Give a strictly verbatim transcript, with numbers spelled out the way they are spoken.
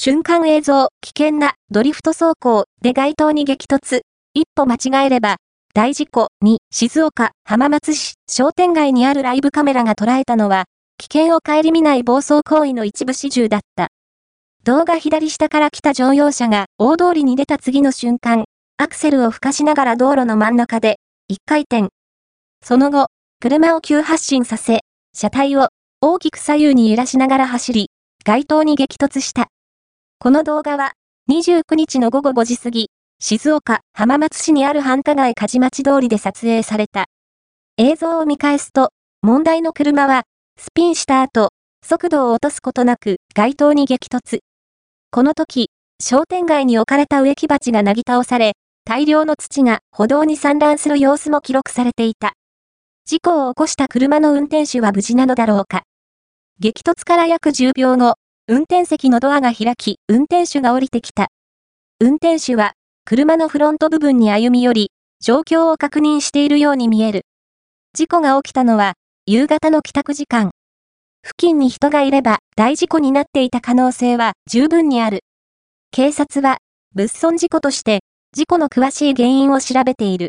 瞬間映像、危険なドリフト走行で街灯に激突。一歩間違えれば、大事故に、静岡、浜松市、商店街にあるライブカメラが捉えたのは、危険を顧みない暴走行為の一部始終だった。動画左下から来た乗用車が大通りに出た次の瞬間、アクセルを吹かしながら道路の真ん中で、一回転。その後、車を急発進させ、車体を大きく左右に揺らしながら走り、街灯に激突した。この動画は、にじゅうくにちのごごごじ過ぎ、静岡、浜松市にある繁華街鍛冶町通りで撮影された。映像を見返すと、問題の車は、スピンした後、速度を落とすことなく、街灯に激突。この時、商店街に置かれた植木鉢がなぎ倒され、大量の土が歩道に散乱する様子も記録されていた。事故を起こした車の運転手は無事なのだろうか。激突から約じゅうびょうご、運転席のドアが開き、運転手が降りてきた。運転手は、車のフロント部分に歩み寄り、状況を確認しているように見える。事故が起きたのは、夕方の帰宅時間。付近に人がいれば、大事故になっていた可能性は十分にある。警察は、物損事故として、事故の詳しい原因を調べている。